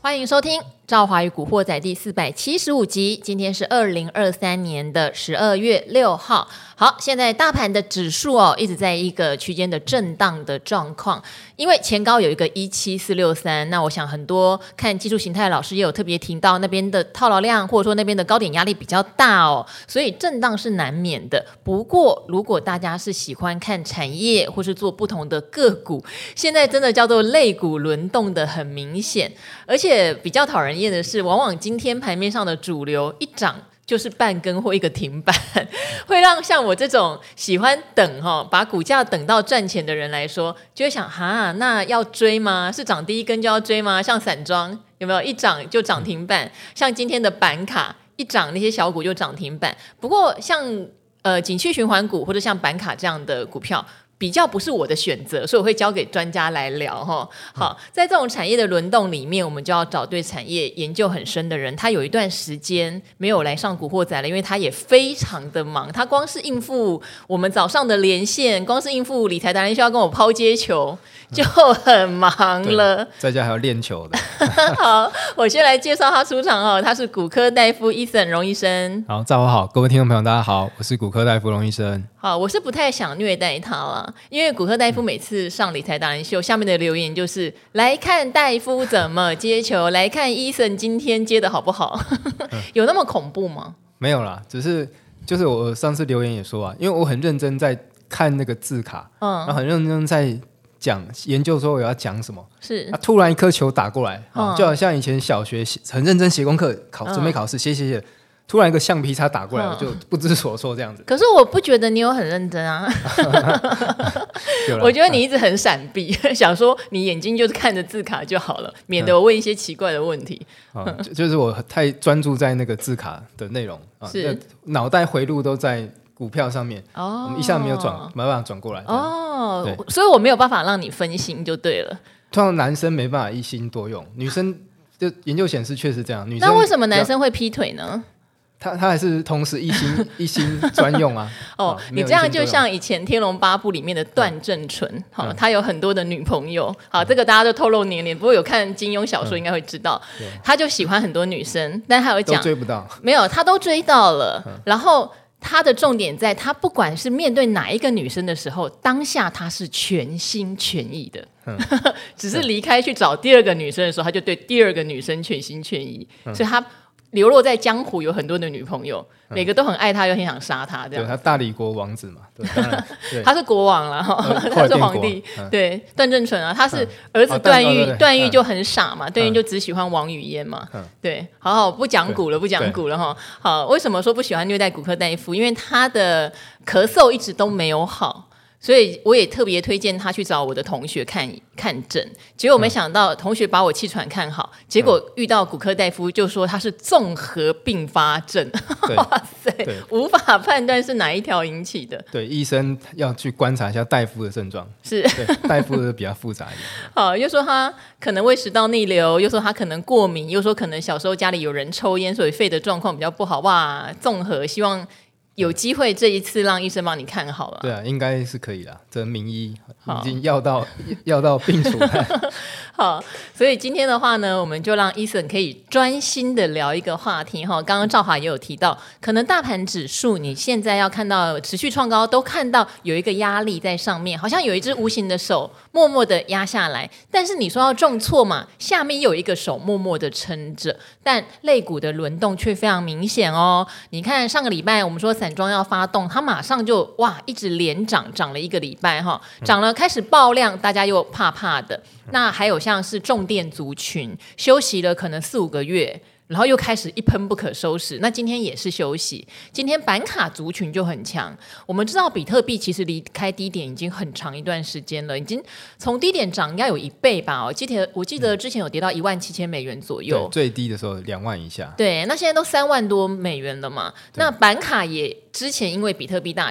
欢迎收听《赵华与古惑仔》第475集，今天是2023年的12月6号。好，现在大盘的指数一直在一个区间的震荡的状况，因为前高有一个17463，那我想很多看技术形态的老师也有特别提到那边的套牢量或者说那边的高点压力比较大所以震荡是难免的。不过如果大家是喜欢看产业或是做不同的个股，现在真的叫做类股轮动的很明显，而且比较讨人厌的是，往往今天盘面上的主流一涨就是半根或一个停板，会让像我这种喜欢等把股价等到赚钱的人来说，就会想那要追吗？是涨第一根就要追吗？像散装有没有一涨就涨停板？像今天的板卡一涨，那些小股就涨停板。不过像景气循环股或者像板卡这样的股票，比较不是我的选择，所以我会交给专家来聊好，在这种产业的轮动里面，我们就要找对产业研究很深的人。他有一段时间没有来上古惑仔了，因为他也非常的忙，他光是应付我们早上的连线，光是应付理财达人需要跟我抛接球就很忙了， 在家还要练球的。 好，我先来介绍他出场他是骨科大夫Eason荣医生。 好，赵华好，各位听众朋友大家好，我是骨科大夫荣医生。 好，我是不太想虐待他了，因为骨科大夫每次上理财达人秀，下面的留言就是来看大夫怎么接球，来看Eason今天接的好不好。有那么恐怖吗？ 没有啦，就是我上次留言也说因为我很认真在看那个字卡，然后很认真在讲研究说我要讲什么， 是突然一颗球打过来，就好像以前小学很认真写功课准备考试，写突然一个橡皮擦打过来，我就不知所措这样子。 可是我不觉得你有很认真啊。我觉得你一直很闪避，想说你眼睛就是看着字卡就好了，免得我问一些奇怪的问题。 就是我太专注在那个字卡的内容是脑袋回路都在股票上面，我们一下没办法转过来所以我没有办法让你分心就对了。 通常男生没办法一心多用，女生就研究显示确实这样。女生那为什么男生会劈腿呢？ 他还是同时一心专用啊。 你这样就像以前《天龙八部》里面的段正淳，他有很多的女朋友。好，这个大家都透露年龄，不过有看金庸小说应该会知道，他就喜欢很多女生，但他有讲都追不到， 没有，他都追到了。然后他的重点在他不管是面对哪一个女生的时候，当下他是全心全意的。只是离开去找第二个女生的时候，他就对第二个女生全心全意。所以他流落在江湖，有很多的女朋友，每个都很爱他，又很想杀他。这样， 对，他大理国王子嘛，对，当然对他是国王了他是皇帝。对，段正淳他是儿子段誉，段誉就很傻嘛，段誉就只喜欢王语嫣嘛。对，好，不讲古了，不讲古了好，为什么说不喜欢虐待骨科大夫？因为他的咳嗽一直都没有好。所以我也特别推荐他去找我的同学看诊，结果没想到同学把我气喘看好，结果遇到骨科大夫就说他是综合并发症。哇塞，无法判断是哪一条引起的。 对，医生要去观察一下大夫的症状。 是， 对，大夫的比较复杂一点。 好，又说他可能胃食道逆流，又说他可能过敏，又说可能小时候家里有人抽烟，所以肺的状况比较不好。哇，综合，希望有机会这一次让医生帮你看好了。 对啊，应该是可以啦，这名医已经药到病除。 好，所以今天的话呢，我们就让Eason可以专心的聊一个话题刚刚赵华也有提到，可能大盘指数你现在要看到持续创高，都看到有一个压力在上面，好像有一只无形的手默默的压下来，但是你说要重挫嘛，下面又有一个手默默的撑着，但类股的轮动却非常明显你看上个礼拜我们说散装要发动，它马上就一直连涨了一个礼拜涨了开始爆量，大家又怕怕的。那还有像是重电族群休息了可能4-5个月，然后又开始一喷不可收拾，那今天也是休息。今天板卡族群就很强，我们知道比特币其实离开低点已经很长一段时间了，已经从低点涨应该有1倍吧。我记得之前有跌到$17,000左右， 最低的时候2万以下。 对，那现在都3万多美元了嘛。那板卡也之前因为比特币大涨，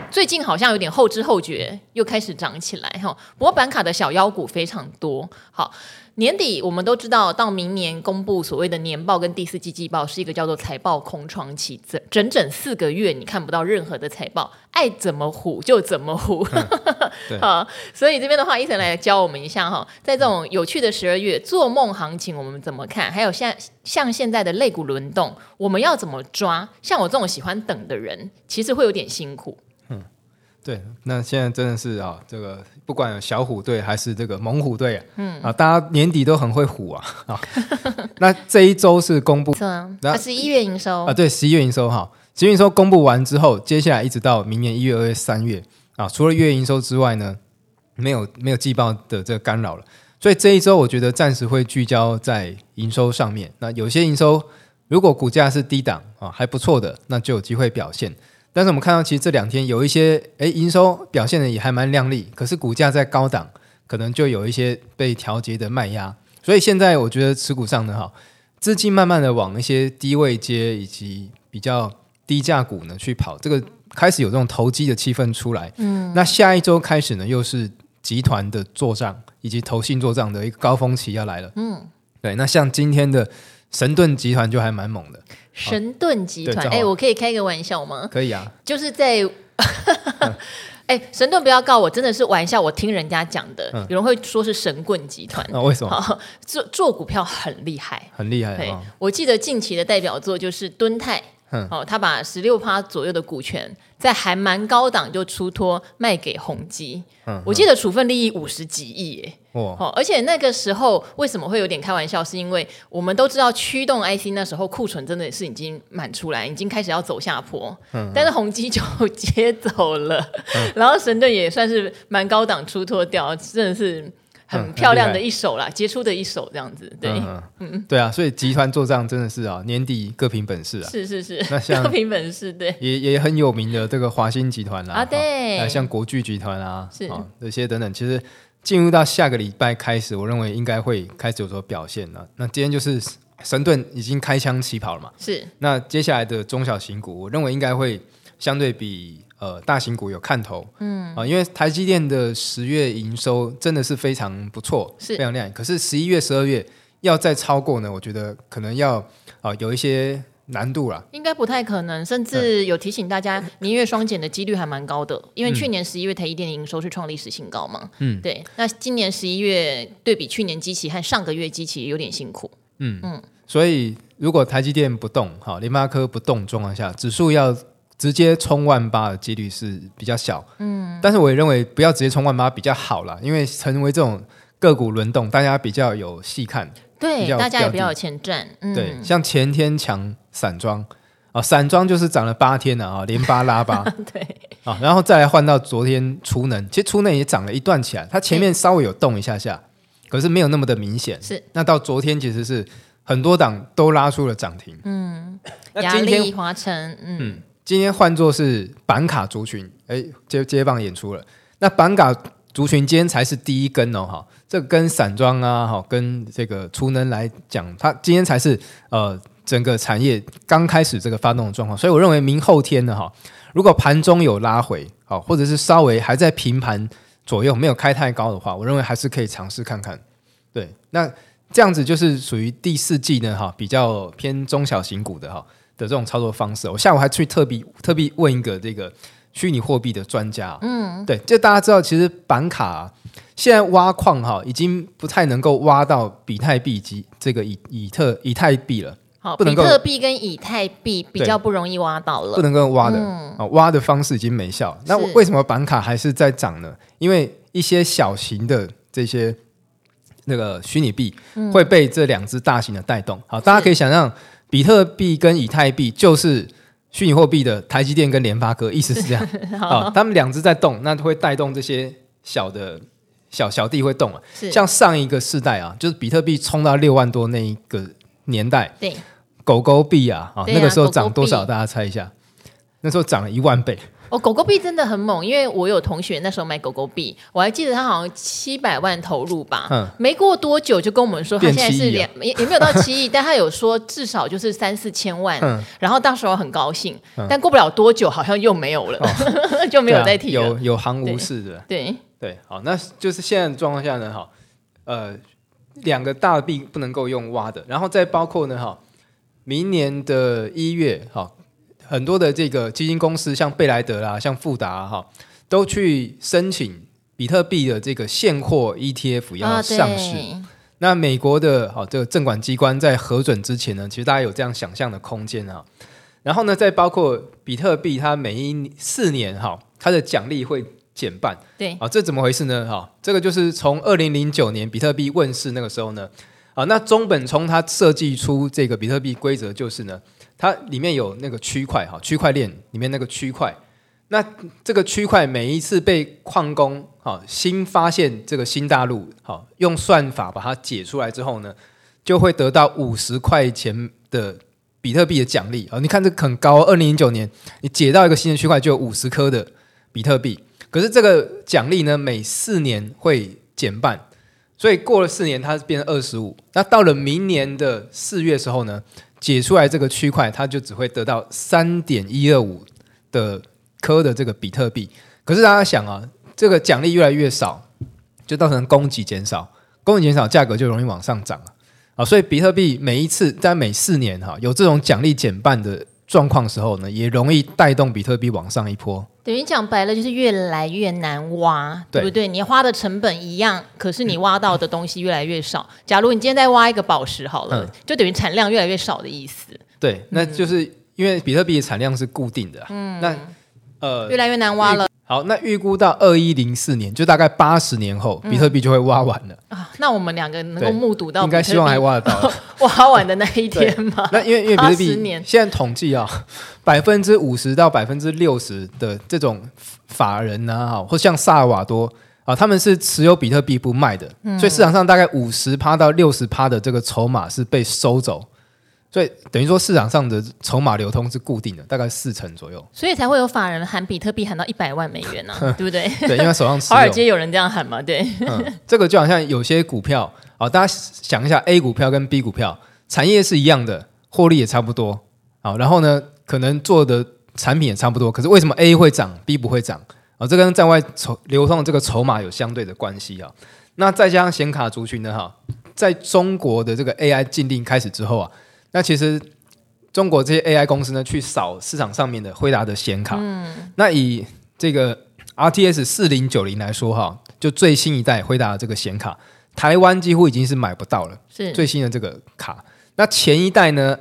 最近好像有点后知后觉，又开始涨起来哈。不过板卡的小妖股非常多。好，年底我们都知道，到明年公布所谓的年报跟第四季季报，是一个叫做财报空窗期，整整4个月你看不到任何的财报，爱怎么唬就怎么唬。好，所以这边的话，医生来教我们一下哈，在这种有趣的12月做梦行情，我们怎么看？还有像现在的类股轮动，我们要怎么抓？像我这种喜欢等的人，其实会有点辛苦。 对，那现在真的是啊，这个不管有小虎队还是这个猛虎队大家年底都很会虎啊。那这一周是公布， 它是1月营收啊，对，11月营收哈，11月营收公布完之后，接下来一直到明年1月、2月、3月啊，除了月营收之外呢，没有季报的这个干扰了，所以这一周我觉得暂时会聚焦在营收上面。那有些营收如果股价是低档啊，还不错的，那就有机会表现。但是我们看到，其实这2天有一些营收表现的也还蛮亮丽，可是股价在高档，可能就有一些被调节的卖压。所以现在我觉得持股上呢，资金慢慢的往一些低位阶以及比较低价股呢去跑，这个开始有这种投机的气氛出来。那下一周开始呢，又是集团的做账以及投信做账的一个高峰期要来了。对，那像今天的神盾集团就还蛮猛的。 神盾集团，我可以开个玩笑吗？ 可以啊， 就是在神盾不要告我，真的是玩笑，我听人家讲的，有人会说是神棍集团。 为什么？ 做股票很厉害， 很厉害。 我记得近期的代表作就是敦泰。他把16%左右的股权在还蛮高档就出脱卖给宏基，我记得处分利益50几亿耶。而且那个时候为什么会有点开玩笑，是因为我们都知道驱动 IC 那时候库存真的是已经满出来，已经开始要走下坡，但是宏基就接走了，然后神盾也算是蛮高档出脱掉，真的是很漂亮的一手啦，杰出的一手这样子。对， 对啊，所以集团做账真的是年底各凭本事啊。 是， 那像各凭本事，对， 也很有名的这个华新集团啦， 对， 像国巨集团啊， 是这些等等，其实进入到下个礼拜开始，我认为应该会开始有所表现了。那今天就是神盾已经开枪起跑了嘛， 是。那接下来的中小型股，我认为应该会相对比大型股有看头，因为台积电的10月营收真的是非常不错，非常亮眼。可是11月、12月要再超过呢，我觉得可能要有一些难度啦， 应该不太可能，甚至有提醒大家，年月双减的几率还蛮高的，因为去年11月台积电的营收是创历史新高嘛，对。那今年11月对比去年基期和上个月基期有点辛苦， 所以如果台积电不动，联发科不动状况下，指数要直接冲18000的几率是比较小，但是我也认为不要直接冲18000比较好啦，因为成为这种个股轮动，大家比较有细看， 对，大家也比较有前瞻， 对，像前天强散装散装就是涨了8天了连8拉8， 对然后再来换到昨天储能，其实储能也涨了一段起来，它前面稍微有动一下下，可是没有那么的明显， 是。 那到昨天其实是很多档都拉出了涨停， 雅力、华城， 今天换作是板卡族群，接棒演出了。那板卡族群今天才是第一根这跟散装啊，跟这个储能来讲，它今天才是整个产业刚开始这个发动的状况。所以我认为明后天呢，如果盘中有拉回，或者是稍微还在平盘左右，没有开太高的话，我认为还是可以尝试看看。对，那这样子就是属于第4季呢，比较偏中小型股的这种操作方式。我下午还去特别问一个这个虚拟货币的专家，对，就大家知道，其实板卡现在挖矿已经不太能够挖到比特币及这个以太币了。 好，比特币跟以太币比较不容易挖到了， 不能够挖的，挖的方式已经没效。那为什么板卡还是在涨呢？因为一些小型的这些那个虚拟币会被这2只大型的带动。好，大家可以想象，比特币跟以太币就是虚拟货币的台积电跟联发科，意思是这样。他们2只在动，那会带动这些小弟会动像上一个世代就是比特币冲到6万多那一个年代， 对， 狗狗币那个时候涨多少？大家猜一下。那时候涨了1万倍， 哦，狗狗币真的很猛，因为我有同学那时候买狗狗币，我还记得他好像700万投入吧，没过多久就跟我们说他现在是也没有到7亿，但他有说至少就是3-4千万，然后当时我很高兴，但过不了多久好像又没有了，就没有再提了， 有行无市的， 对， 好，那就是现在的状况下呢，2个大币不能够用挖的，然后再包括呢，明年的1月，很多的这个基金公司，像贝莱德啦，像富达都去申请比特币的这个现货 ETF 要上市。那美国的这个证管机关在核准之前呢，其实大家有这样想象的空间啊。然后呢，再包括比特币，它每4年它的奖励会减半。 对这怎么回事呢？这个就是从2009年比特币问世那个时候呢，那中本聪他设计出这个比特币规则就是呢，它里面有那个区块链里面那个区块，那这个区块每一次被矿工新发现这个新大陆，用算法把它解出来之后呢，就会得到50块钱的比特币的奖励。你看这个很高，2009年你解到一个新的区块就有50颗的比特币，可是这个奖励呢每4年会减半，所以过了4年它变成25，那到了明年的4月的时候呢，解出来这个区块，它就只会得到3.125的颗的这个比特币。可是大家想这个奖励越来越少，就造成供给减少，供给减少，价格就容易往上涨所以比特币每4年有这种奖励减半的状况的时候呢，也容易带动比特币往上一波。 等于讲白了就是越来越难挖，对不对？你花的成本一样，可是你挖到的东西越来越少。假如你今天再挖一个宝石好了，就等于产量越来越少的意思。 对，那就是因为比特币的产量是固定的，那越来越难挖了。 好，那预估到2104年，就大概80年后，比特币就会挖完了那我们2个能够目睹到应该希望还挖得到挖完的那一天吗？ 那因为比特币现在统计50%到60%的这种法人或像萨尔瓦多他们是持有比特币不卖的，所以市场上大概50%到60%的这个筹码是被收走。所以等于说市场上的筹码流通是固定的，大概40%左右， 所以才会有法人喊比特币喊到100万美元对不对？ 对，因为手上持有。 华尔街有人这样喊嘛？对， 这个就好像有些股票大家想一下 A 股票跟 B 股票产业是一样的，获利也差不多然后呢可能做的产品也差不多，可是为什么 A 会涨 B 不会涨这跟在外流通的这个筹码有相对的关系那再加上显卡族群呢在中国的这个 AI 禁令开始之后那其实中国这些 AI 公司呢，去扫市场上面的辉达的显卡，那以这个 RTS 4090来说就最新一代辉达的这个显卡，台湾几乎已经是买不到了，是最新的这个卡。那前一代呢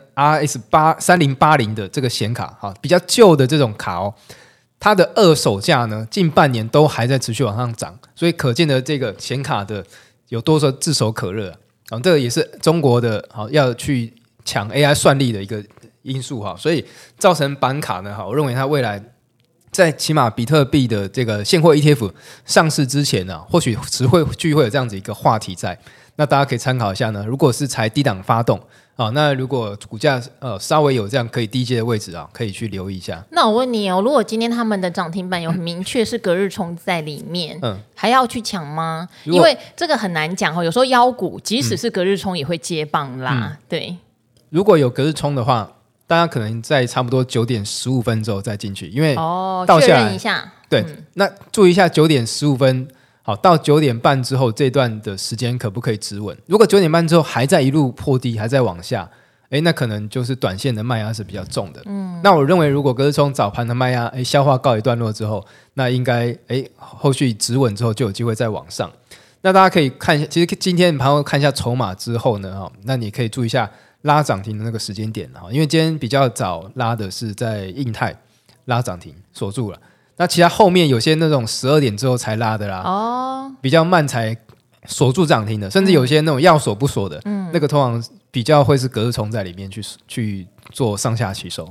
RS3080 的这个显卡比较旧的这种卡它的二手价呢，近半年都还在持续往上涨，所以可见的这个显卡的有多少炙手可热这个也是中国的要去抢 AI 算力的一个因素所以造成板卡呢我认为它未来在起码比特币的这个现货 ETF 上市之前或许会有这样子一个话题在，那大家可以参考一下呢。如果是才低档发动那如果股价稍微有这样可以低阶的位置可以去留意一下。 那我问你如果今天他们的涨停板有很明确是隔日冲在里面还要去抢吗？因为这个很难讲有时候妖股即使是隔日冲也会接棒啦对。 如果有隔日冲的话，大家可能在差不多9点15分之后再进去，因为倒下来确认一下。 对，那注意一下9点15分到9点半之后这段的时间可不可以止稳？如果9点半之后还在一路破低，还在往下，那可能就是短线的卖压是比较重的。那我认为如果隔日冲早盘的卖压消化告一段落之后，那应该后续止稳之后就有机会再往上。那大家可以看一下，其实今天盘后看一下筹码之后呢那你可以注意一下拉涨停的那个时间点因为今天比较早拉的是在印泰拉涨停锁住了，那其他后面有些那种12点之后才拉的啦比较慢才锁住涨停的，甚至有些那种要锁不锁的那个通常比较会是隔日冲在里面去做上下起手。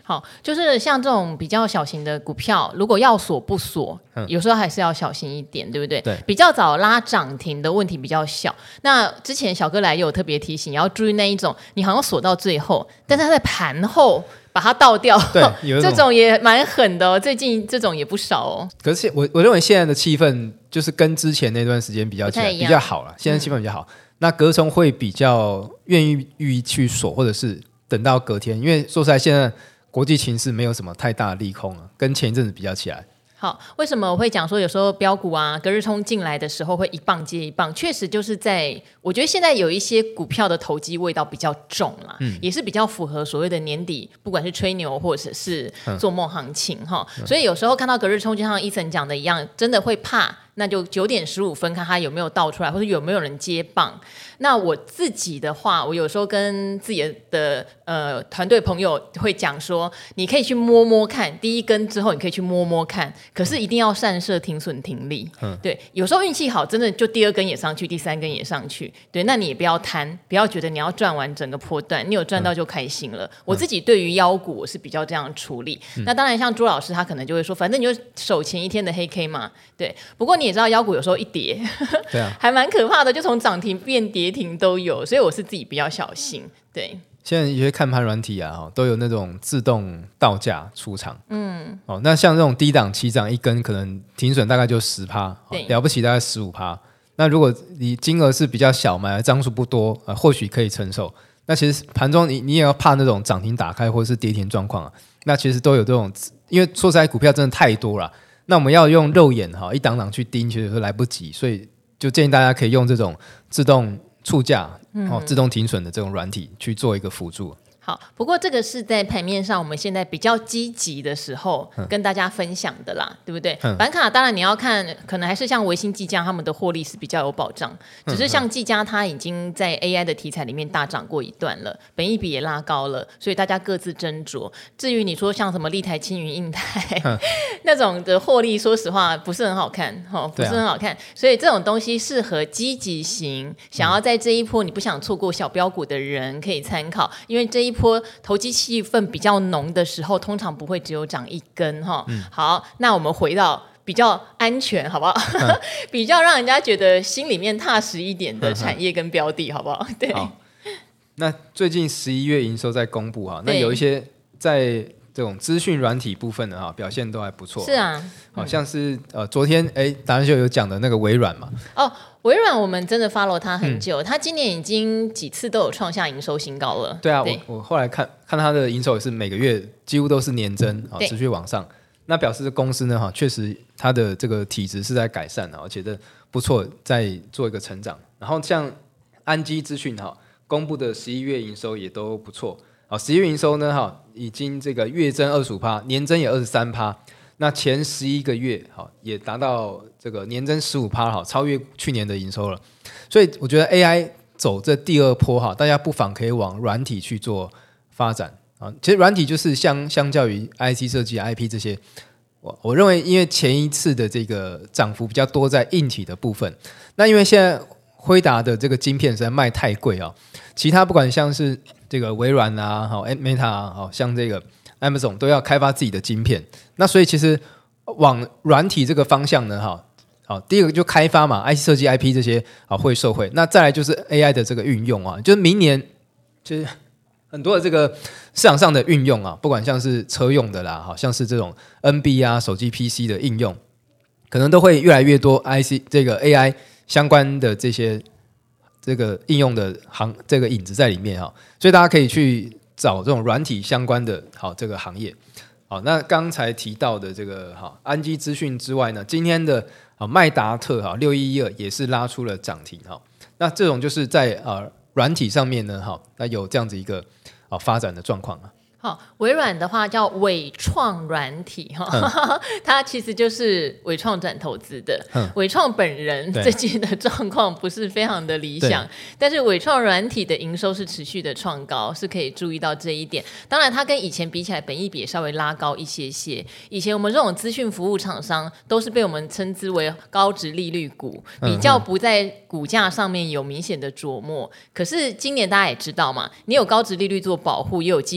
好，就是像这种比较小型的股票，如果要锁不锁，有时候还是要小心一点，对不对？ 对， 比较早拉涨停的问题比较小。那之前小哥来也有特别提醒，要注意那一种，你好像锁到最后，但是它在盘后把它倒掉， 对，有这种也蛮狠的哦。最近这种也不少哦。 可是我认为现在的气氛就是跟之前那段时间比较起来比较好了，现在气氛比较好。那隔冲会比较愿意去锁，或者是等到隔天，因为说实在，现在国际情势没有什么太大的利空啊，跟前一阵子比较起来。 好，为什么我会讲说有时候标股啊，隔日冲进来的时候会一棒接一棒？确实就是我觉得现在有一些股票的投机味道比较重啦，也是比较符合所谓的年底，不管是吹牛或者是做梦行情哈。所以有时候看到隔日冲，就像Ethan讲的一样，真的会怕。那就9:15看它有没有倒出来，或者有没有人接棒。那我自己的话，我有时候跟自己的团队朋友会讲说，你可以去摸摸看，第一根之后你可以去摸摸看，可是一定要善设停损停利。对，有时候运气好，真的就第二根也上去，第三根也上去。对，那你也不要贪，不要觉得你要赚完整个波段，你有赚到就开心了。我自己对于妖股我是比较这样处理。那当然像朱老师他可能就会说，反正你就守前一天的黑 K 嘛。对，不过你也知道妖股有时候一跌， 对啊， 还蛮可怕的，就从涨停变跌停都有，所以我是自己比较小心。对， 现在一些看盘软体啊，都有那种自动到价出场。那像这种低档起涨一根，可能停损大概就10%，了不起大概15%。那如果你金额是比较小，买的张数不多，或许可以承受。那其实盘中你也要怕那种涨停打开或者是跌停状况啊。那其实都有这种，因为说实在股票真的太多了。那我们要用肉眼一档档去盯，其实是来不及，所以就建议大家可以用这种自动触价、自动停损的这种软体去做一个辅助。 好，不过这个是在盘面上我们现在比较积极的时候跟大家分享的啦，对不对？板卡当然你要看，可能还是像微星、技嘉他们的获利是比较有保障，只是像技嘉它已经在 AI 的题材里面大涨过一段了，本益比也拉高了，所以大家各自斟酌。至于你说像什么立台、青云、印泰那种的获利，说实话不是很好看，不是很好看，所以这种东西适合积极型，想要在这一波你不想错过小标股的人可以参考，因为这一波投机气氛比较浓的时候，通常不会只有涨一根哈。好，那我们回到比较安全，好不好？比较让人家觉得心里面踏实一点的产业跟标的，好不好？对。好， 那最近11月营收在公布哈，那有一些在这种资讯软体部分的哈表现都还不错。 是啊， 好像是昨天达人秀有讲的那个微软嘛。 哦，微软我们真的 follow 它很久，它今年已经几次都有创下营收新高了。 对啊，我后来看它的营收也是每个月几乎都是年增，持续往上。那表示公司呢确实它的这个体质是在改善，而且的不错，在做一个成长。然后像安基资讯公布的11月营收也都不错。11月营收呢已经这个月增25%，年增也23%。那前11个月也达到这个年增15%，超越去年的营收了。所以我觉得 AI 走这第二波大家不妨可以往软体去做发展啊。其实软体就是相较于 IC 设计、IP 这些，我认为因为前一次的这个涨幅比较多在硬体的部分，那因为现在辉达的这个晶片实在卖太贵其他不管像是这个微软啊、Meta 啊，像这个 Amazon 都要开发自己的晶片，那所以其实往软体这个方向呢，第一个就开发嘛 ，IC 设计、IP 这些会受惠，那再来就是 AI 的这个运用就是明年就是很多的这个市场上的运用不管像是车用的啦，像是这种 NB 啊、手机 PC 的应用，可能都会越来越多 IC 这个 AI 相关的这些这个应用的这个影子在里面所以大家可以去找这种软体相关的这个行业。好，那刚才提到的这个安基资讯之外呢，今天的麦达特6112也是拉出了涨停那这种就是在软体上面呢那有这样子一个发展的状况好，微软的话叫伟创软体它其实就是伟创转投资的。伟创本人最近的状况不是非常的理想，但是伟创软体的营收是持续的创高，是可以注意到这一点。当然它跟以前比起来本益比也稍微拉高一些些，以前我们这种资讯服务厂商都是被我们称之为高殖利率股，比较不在股价上面有明显的琢磨。可是今年大家也知道嘛，你有高殖利率做保护，也有基本的 EPS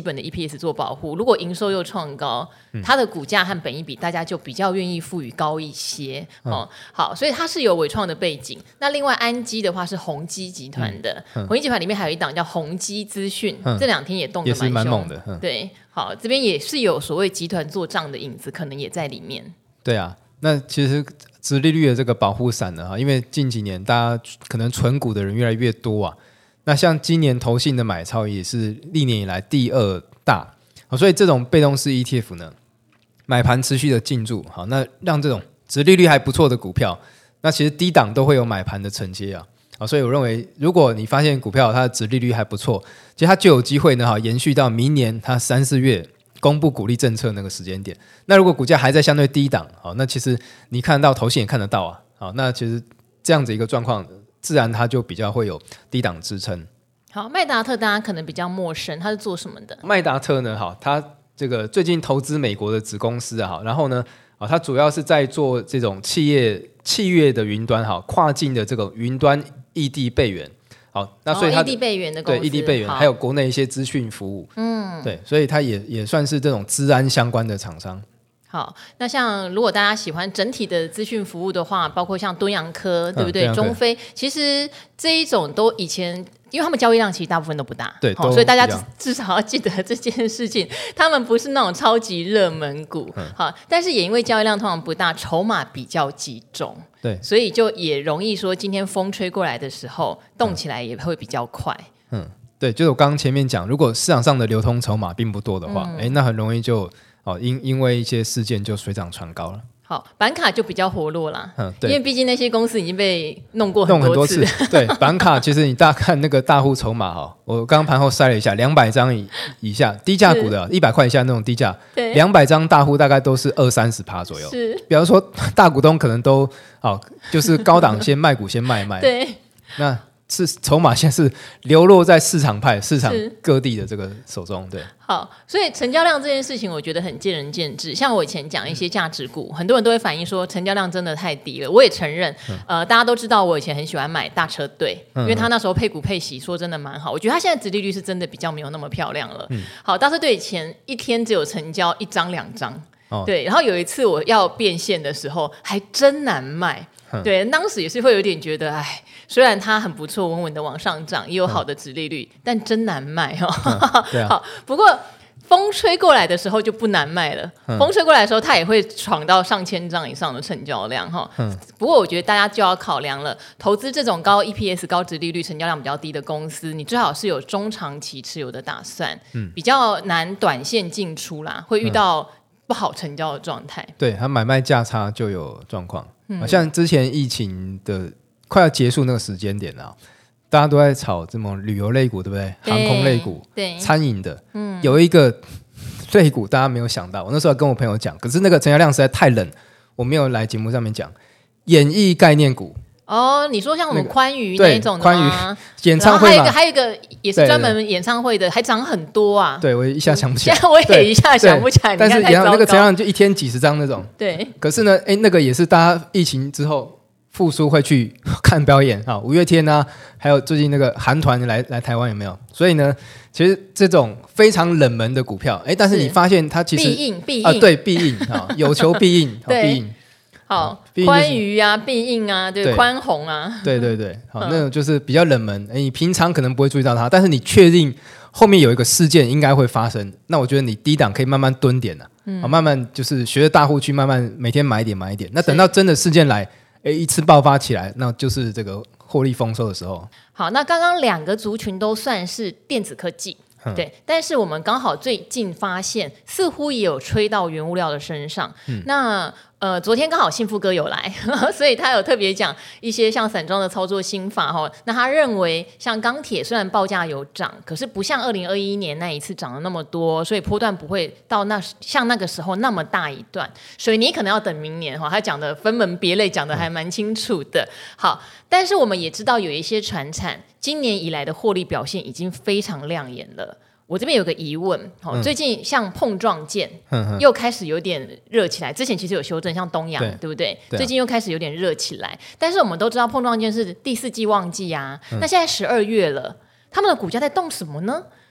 EPS 做保护，如果营收又创高，它的股价和本益比大家就比较愿意赋予高一些。好，所以它是有伟创的背景。那另外安基的话是宏基集团的，宏基集团里面还有一档叫宏基资讯，这2天也动得蛮猛的。 对，好，这边也是有所谓集团做账的影子，可能也在里面。 对啊，那其实殖利率的这个保护伞呢，因为近几年大家可能存股的人越来越多啊，那像今年投信的买超也是历年以来第2大，所以这种被动式 ETF 呢，买盘持续的进驻，好，那让这种殖利率还不错的股票，那其实低档都会有买盘的承接啊。所以我认为，如果你发现股票它的殖利率还不错，其实它就有机会呢，延续到明年它3、4月公布股利政策那个时间点。那如果股价还在相对低档，那其实你看到投信也看得到啊，好，那其实这样子一个状况，自然它就比较会有低档支撑。 好，麦达特大家可能比较陌生，它是做什么的？ 麦达特呢，它这个最近投资美国的子公司啊，然后呢，它主要是在做这种企业的云端，跨境的这个云端异地备援。好，那所以它异地备援的公司， 对，异地备援，还有国内一些资讯服务，对，所以它也算是这种资安相关的厂商。 好，那像如果大家喜欢整体的资讯服务的话，包括像敦洋科，对不对？中飞，其实这一种都以前，因为他们交易量其实大部分都不大， 对， 所以大家至少要记得这件事情，他们不是那种超级热门股，好，但是也因为交易量通常不大，筹码比较集中， 对， 所以就也容易说今天风吹过来的时候，动起来也会比较快。 对，就是我刚刚前面讲，如果市场上的流通筹码并不多的话，那很容易就因为一些事件就水涨船高了。 好，板卡就比较活络啦，因为毕竟那些公司已经被弄过很多次。 对，板卡其实你大看那个大户筹码我刚刚盘后筛了一下，200张以下低价股的100块以下那种低价，200张大户大概都是20-30%左右。是，比方说大股东可能都就是高档先卖股先卖， 对， 那是筹码现在是流落在市场各地的这个手中。对， 好，所以成交量这件事情我觉得很见仁见智。像我以前讲一些价值股，很多人都会反映说成交量真的太低了。我也承认，大家都知道我以前很喜欢买大车队，因为他那时候配股配息说真的蛮好。我觉得他现在殖利率是真的比较没有那么漂亮了。好，大车队以前一天只有成交1张2张，对，然后有一次我要变现的时候还真难卖。对，当时也是会有点觉得，虽然它很不错，稳稳的往上涨，也有好的殖利率，但真难卖好，不过风吹过来的时候就不难卖了。风吹过来的时候，它也会闯到上千张以上的成交量不过我觉得大家就要考量了，投资这种高 EPS、高殖利率、成交量比较低的公司，你最好是有中长期持有的打算，比较难短线进出啦，会遇到不好成交的状态。 对，它买卖价差就有状况。像之前疫情的快要结束那个时间点大家都在炒这种旅游类股，对不对？航空类股， 对， 餐饮的，有一个类股大家没有想到，我那时候跟我朋友讲，可是那个成交量实在太冷，我没有来节目上面讲。演艺概念股， 你说像我们宽娱那种的吗？ 宽娱演唱会嘛， 还有一个也是专门演唱会的，还涨很多啊。 对，我一下想不起来， 现在我也一下想不起来。 但是那个成交量就一天几十张那种。 对， 可是呢，那个也是大家疫情之后复苏会去看表演五月天啊，还有最近那个韩团来台湾有没有？所以呢，其实这种非常冷门的股票，但是你发现它其实必应对，必应有求必应，必应。 好，宽娱啊，必应啊，对，宽宏啊， 对，好，那种就是比较冷门，你平常可能不会注意到它，但是你确定后面有一个事件应该会发生，那我觉得你低档可以慢慢蹲点慢慢就是学着大户去慢慢每天买一点，那等到真的事件来，一次爆发起来，那就是这个获利丰收的时候。 好，那刚刚2个族群都算是电子科技。对，但是我们刚好最近发现，似乎也有吹到原物料的身上。那昨天刚好幸福哥有来，所以他有特别讲一些像散装的操作心法那他认为，像钢铁虽然报价有涨，可是不像2021年那一次涨了那么多，所以波段不会到像那个时候那么大一段。水泥可能要等明年他讲的分门别类讲的还蛮清楚的。好，但是我们也知道有一些传产今年以来的获利表现已经非常亮眼了。我这边有个疑问，最近像碰撞件又开始有点热起来，之前其实有修正，像东阳 对不对？最近又开始有点热起来，但是我们都知道碰撞件是第4季旺季啊，那现在12月了，他们的股价在动什么呢？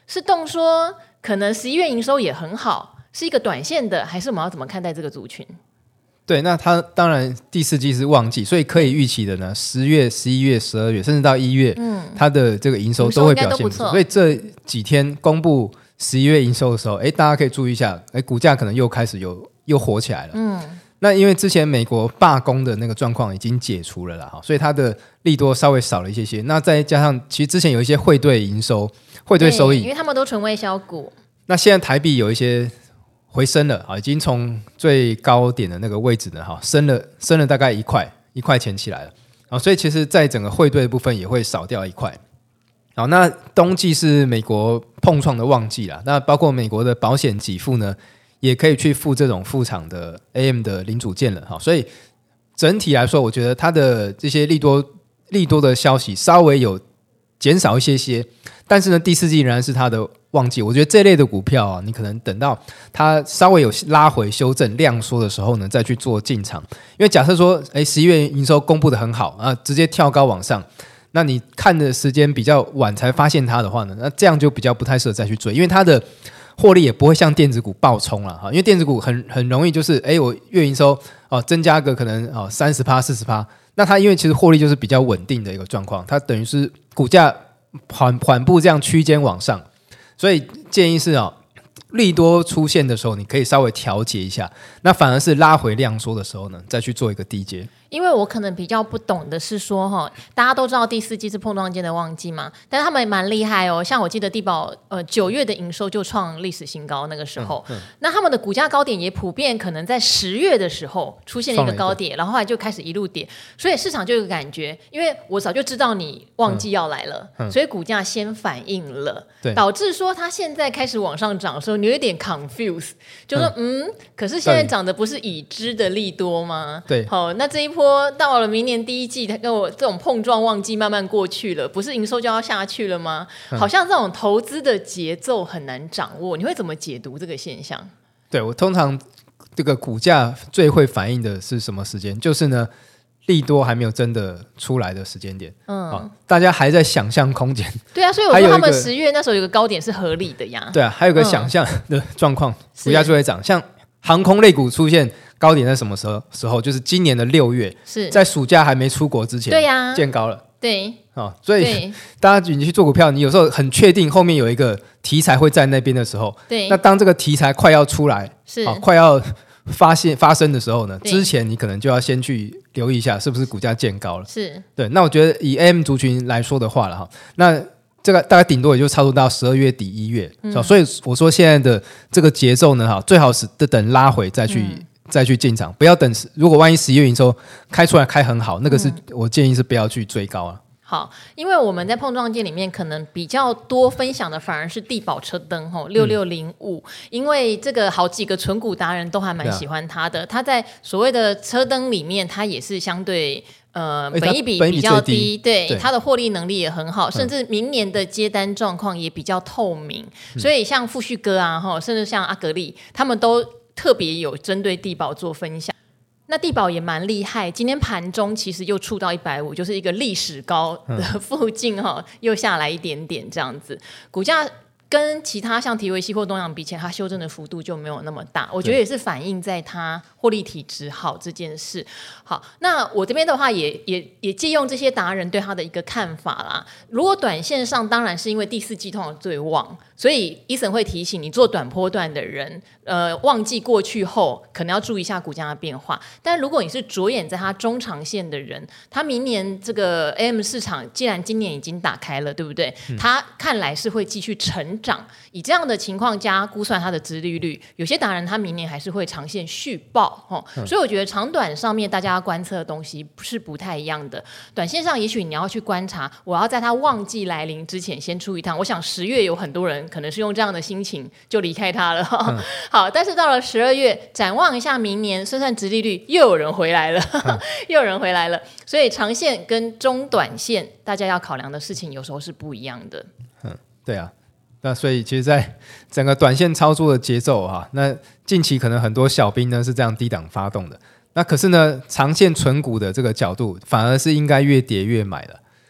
是动说可能11月营收也很好，是一个短线的，还是我们要怎么看待这个族群？ 对，那它当然第四季是旺季，所以可以预期的呢，10月、11月、12月，甚至到1月，它的这个营收都会表现不错。所以这几天公布11月营收的时候，大家可以注意一下，股价可能又开始又火起来了。那因为之前美国罢工的那个状况已经解除了啦，所以它的利多稍微少了一些。那再加上其实之前有一些汇兑营收、汇兑收益， 因为他们都纯未销股。那现在台币有一些回升了，已经从最高点的那个位置呢，升了大概1块钱起来了，所以其实在整个汇兑的部分也会少掉1块。好，那冬季是美国碰撞的旺季啦，那包括美国的保险给付呢，也可以去付这种副厂的 AM 的零组件了，所以整体来说，我觉得它的这些利多的消息稍微有减少一些，但是呢，第四季仍然是它的旺季。我觉得这类的股票啊，你可能等到它稍微有拉回修正量缩的时候呢，再去做进场。因为假设说，11月营收公布的很好啊，直接跳高往上，那你看的时间比较晚才发现它的话呢，那这样就比较不太适合再去追，因为它的获利也不会像电子股暴冲了，因为电子股很容易就是我月营收增加个可能30%、40%，那它因为其实获利就是比较稳定的一个状况，它等于是股价缓步这样区间往上，所以建议是利多出现的时候，你可以稍微调节一下，那反而是拉回量缩的时候呢，再去做一个低阶。 因为我可能比较不懂的是说大家都知道第四季是碰撞间的旺季嘛，但是他们也蛮厉害哦。像我记得地保9月的营收就创历史新高，那个时候，那他们的股价高点也普遍可能在10月的时候出现了一个高点，然后后来就开始一路跌，所以市场就有个感觉，因为我早就知道你旺季要来了，所以股价先反应了，导致说它现在开始往上涨的时候，你有点 confuse， 就说可是现在涨的不是已知的利多吗？ 对， 好，那这一波到了明年第一季，它跟我这种碰撞旺季慢慢过去了，不是营收就要下去了吗？好像这种投资的节奏很难掌握，你会怎么解读这个现象？ 对，我通常这个股价最会反映的是什么时间？就是呢，利多还没有真的出来的时间点，大家还在想象空间。 对啊，所以我说他们10月那时候有个高点是合理的呀。 对啊，还有个想象的状况，股价就会涨。像航空类股出现高点在什么时候？就是今年的6月，是在暑假还没出国之前， 对呀， 见高了。 对， 所以大家你去做股票，你有时候很确定后面有一个题材会在那边的时候，对，那当这个题材快要出来，是快要发生的时候呢，之前你可能就要先去留意一下是不是股价见高了。是，对。那我觉得以 AM 族群来说的话了那这个大概顶多也就操作到12月底1月，所以我说现在的这个节奏呢，最好是等拉回再去进场，不要等。如果万一11月营收开出来开很好，那个是我建议是不要去追高了。 好，因为我们在碰撞界里面可能比较多分享的反而是地保车灯6605，因为这个好几个纯股达人都还蛮喜欢它的。它在所谓的车灯里面，它也是相对本益比比较低，对，它的获利能力也很好，甚至明年的接单状况也比较透明。所以像富旭哥啊，甚至像阿格力，他们都特别有针对地保做分享。那地保也蛮厉害，今天盘中其实又触到150，就是一个历史高的附近又下来一点点这样子，股价跟其他像提维西或东阳比起来，它修正的幅度就没有那么大，我觉得也是反映在它获利体质好这件事。好，那我这边的话也借用这些达人对它的一个看法啦。如果短线上当然是因为第四季通常最旺，所以Eason会提醒你做短波段的人，旺季过去后可能要注意一下股价的变化。但如果你是着眼在它中长线的人，他明年这个 AM 市场既然今年已经打开了，对不对？他看来是会继续成长。以这样的情况加估算它的殖利率，有些达人他明年还是会长线续报所以我觉得长短上面大家要观测的东西是不太一样的。短线上也许你要去观察，我要在它旺季来临之前先出一趟。我想10月有很多人可能是用这样的心情就离开它了好，但是到了12月，展望一下明年，算殖利率又有人回来了又有人回来了。所以长线跟中短线大家要考量的事情有时候是不一样的。 对啊。那所以其实在整个短线操作的节奏那近期可能很多小兵呢是这样低档发动的，那可是呢长线存股的这个角度反而是应该越跌越买的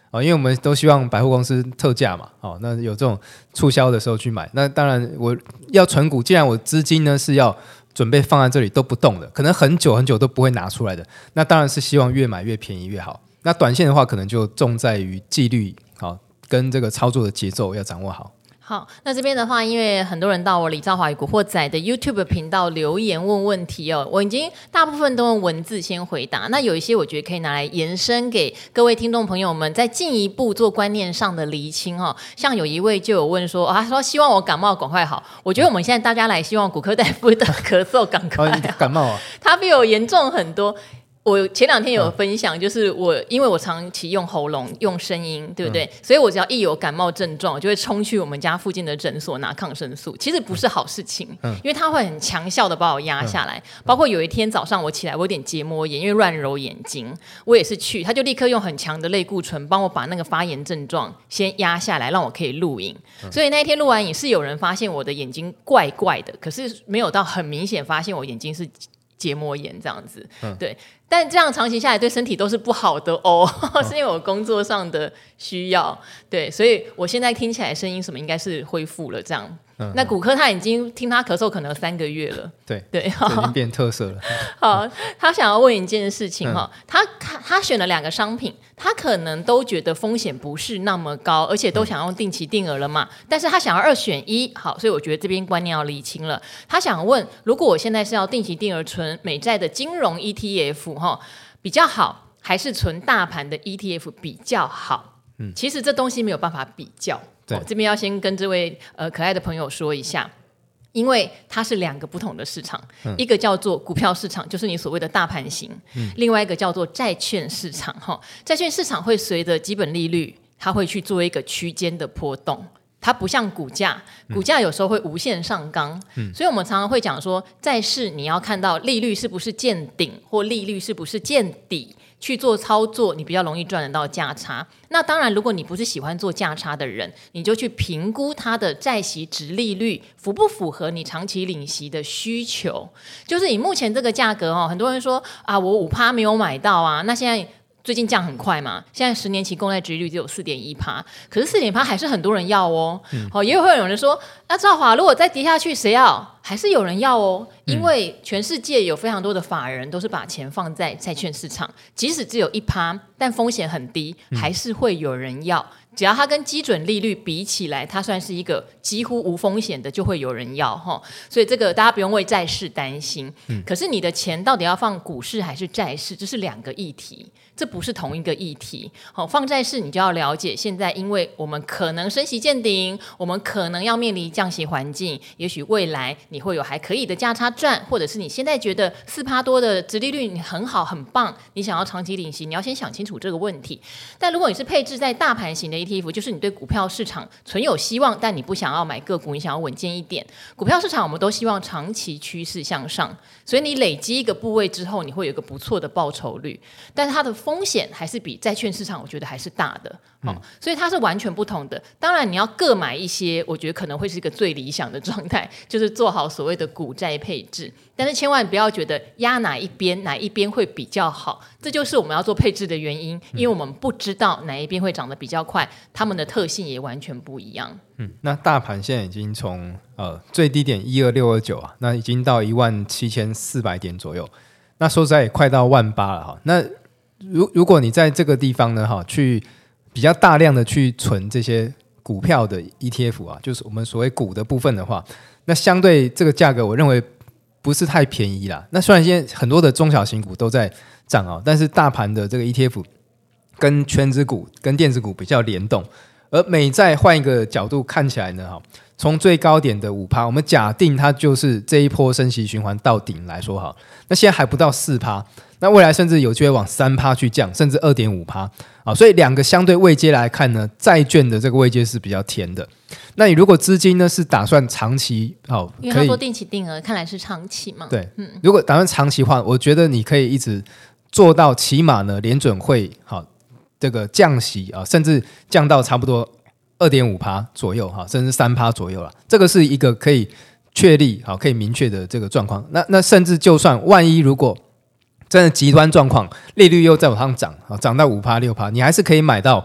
因为我们都希望百货公司特价嘛，那有这种促销的时候去买。那当然我要存股，既然我资金呢是要准备放在这里都不动的，可能很久很久都不会拿出来的，那当然是希望越买越便宜越好。那短线的话可能就重在于纪律跟这个操作的节奏要掌握好。 好，那这边的话，因为很多人到我李兆华与古惑仔的 YouTube 频道留言问问题哦，我已经大部分都用文字先回答，那有一些我觉得可以拿来延伸给各位听众朋友们再进一步做观念上的厘清哦。像有一位就有问说，他说希望我感冒赶快好，我觉得我们现在大家来希望骨科大夫的咳嗽赶快好， 感冒啊， 他比我严重很多。我前2天有分享，就是因为我长期用喉咙用声音，对不对？所以我只要一有感冒症状，我就会冲去我们家附近的诊所拿抗生素。其实不是好事情，因为它会很强效的把我压下来。包括有一天早上我起来，我有点结膜炎，因为乱揉眼睛，我也是去，他就立刻用很强的类固醇帮我把那个发炎症状先压下来，让我可以录影。所以那一天录完影，是有人发现我的眼睛怪怪的，可是没有到很明显发现我眼睛是结膜炎这样子，对。但这样长期下来对身体都是不好的哦，是因为我工作上的需要，对，所以我现在听起来声音什么应该是恢复了这样。那骨科他已经听他咳嗽可能3个月了， 对， 这已经变特色了。 好，他想要问一件事情哈，他选了2个商品，他可能都觉得风险不是那么高，而且都想用定期定额了嘛，但是他想要2选1，好，所以我觉得这边观念要理清了。他想问，如果我现在是要定期定额存美债的金融 ETF 比较好，还是存大盘的 ETF 比较好？其实这东西没有办法比较。这边要先跟这位可爱的朋友说一下，因为它是2个不同的市场，一个叫做股票市场，就是你所谓的大盘型，另外一个叫做债券市场。债券市场会随着基本利率，它会去做一个区间的波动。它不像股价，股价有时候会无限上纲，所以我们常常会讲说，债市你要看到利率是不是见顶，或利率是不是见底，去做操作，你比较容易赚得到价差。那当然，如果你不是喜欢做价差的人，你就去评估它的债息殖利率符不符合你长期领息的需求。就是以目前这个价格很多人说啊，我5%没有买到啊，那现在最近降很快嘛，现在10年期公债殖利率只有 4.1%， 可是 4.1% 还是很多人要哦。也会有人说，那兆华如果再跌下去谁要？还是有人要哦，因为全世界有非常多的法人都是把钱放在债券市场，即使只有1%，但风险很低，还是会有人要。只要它跟基准利率比起来，它算是一个几乎无风险的，就会有人要。所以这个大家不用为债市担心。可是你的钱到底要放股市还是债市，这是2个议题，这不是同一个议题。放债市你就要了解，现在因为我们可能升息见顶，我们可能要面临降息环境，也许未来你会有还可以的价差赚，或者是你现在觉得4%多的殖利率你很好很棒，你想要长期领息，你要先想清楚这个问题。但如果你是配置在大盘型的 ETF， 就是你对股票市场存有希望，但你不想要买个股，你想要稳健一点。股票市场我们都希望长期趋势向上，所以你累积一个部位之后，你会有一个不错的报酬率，但是它的风险还是比债券市场我觉得还是大的。所以它是完全不同的。当然你要各买一些，我觉得可能会是一个最理想的状态，就是做好所谓的股债配置，但是千万不要觉得压哪一边会比较好，这就是我们要做配置的原因，因为我们不知道哪一边会涨得比较快，它们的特性也完全不一样。 那大盘现在已经从最低点12629啊，那已经到17400点左右，那说实在也快到18000了哈。那如果你在这个地方呢去比较大量的去存这些股票的 ETF 啊，就是我们所谓股的部分的话，那相对这个价格我认为不是太便宜啦。那虽然现在很多的中小型股都在涨啊，但是大盘的这个 ETF 跟权值股跟电子股比较联动，而美债换一个角度看起来呢，从最高点的 5%， 我们假定它就是这一波升息循环到顶来说好，那现在还不到 4%， 那未来甚至有机会往 3% 去降，甚至 2.5%， 所以2个相对位阶来看呢，债券的这个位阶是比较甜的。那你如果资金呢是打算长期因为他说定期定额，看来是长期嘛。 对，如果打算长期化，我觉得你可以一直做到起码呢联准会这个降息甚至降到差不多 2.5% 左右甚至 3% 左右啦，这个是一个可以确立可以明确的这个状况。那甚至就算万一如果真的极端状况，利率又再往上涨，涨到 5%、6%， 你还是可以买到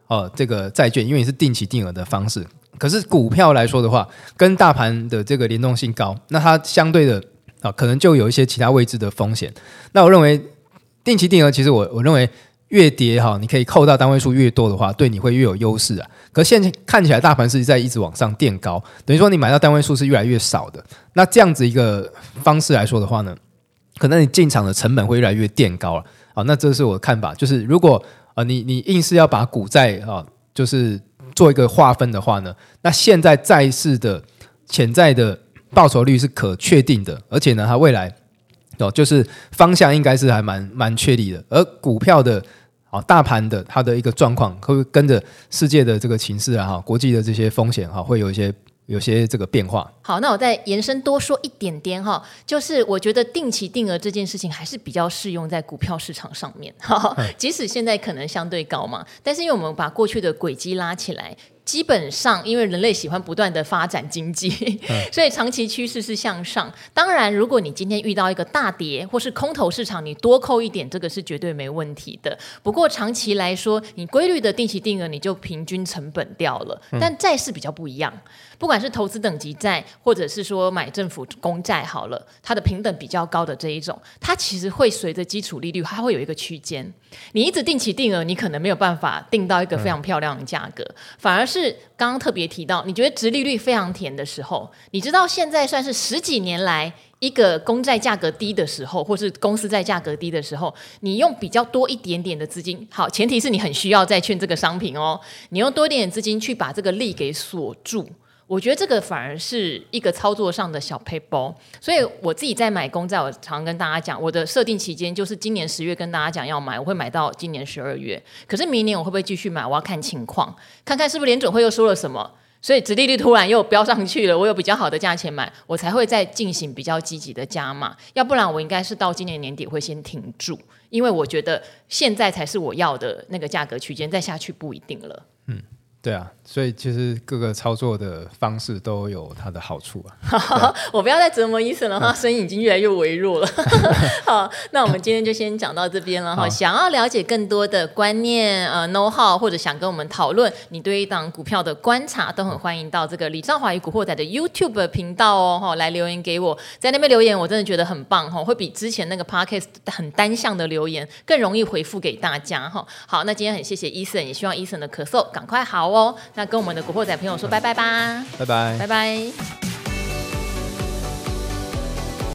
这个债券，因为你是定期定额的方式。可是股票来说的话，跟大盘的这个联动性高，那它相对的可能就有一些其他位置的风险。那我认为定期定额，其实我认为越跌你可以扣到单位数越多的话，对你会越有优势啊。可是现在看起来大盘是在一直往上垫高，等于说你买到单位数是越来越少的。那这样子一个方式来说的话呢，可能你进场的成本会越来越垫高了。那这是我的看法，就是如果你硬是要把股债就是做一个划分的话呢，那现在债市的潜在的报酬率是可确定的，而且呢，它未来就是方向应该是还蛮确立的。而股票的大盘的它的一个状况，会跟着世界的这个情势啊，国际的这些风险会有一些这个变化。 好，那我再延伸多说一点点就是我觉得定期定额这件事情还是比较适用在股票市场上面。即使现在可能相对高嘛，但是因为我们把过去的轨迹拉起来，基本上因为人类喜欢不断的发展经济，所以长期趋势是向上。当然如果你今天遇到一个大跌或是空头市场，你多扣一点，这个是绝对没问题的。不过长期来说，你规律的定期定额你就平均成本掉了。但债市比较不一样，不管是投资等级债或者是说买政府公债好了，它的平等比较高的这一种，它其实会随着基础利率它会有一个区间。你一直定期定额，你可能没有办法定到一个非常漂亮的价格，反而是刚刚特别提到你觉得殖利率非常甜的时候，你知道现在算是10几年来一个公债价格低的时候，或是公司债价格低的时候，你用比较多一点点的资金，好，前提是你很需要债券这个商品你用多一点点资金去把这个利给锁住，我觉得这个反而是一个操作上的小 paper。 所以我自己在买公债，我常跟大家讲，我的设定期间就是今年10月跟大家讲要买，我会买到今年12月。可是明年我会不会继续买，我要看情况，看看是不是联准会又说了什么，所以殖利率突然又飙上去了，我有比较好的价钱买，我才会再进行比较积极的加码。要不然我应该是到今年年底会先停住，因为我觉得现在才是我要的那个价格区间，再下去不一定了。 对啊，所以其实各个操作的方式都有它的好处啊。 我不要再折磨医生了，他声音已经越来越微弱了。好，那我们今天就先讲到这边了。想要了解更多的观念know how， 或者想跟我们讨论你对一档股票的观察，都很欢迎到这个李兆华与古惑仔的 YouTube 频道来留言给我。在那边留言我真的觉得很棒会比之前那个 Podcast 很单向的留言更容易回复给大家。好，那今天很谢谢医生，也希望医生的咳嗽赶快好那跟我们的古惑仔朋友说拜拜吧， 拜拜， 拜拜。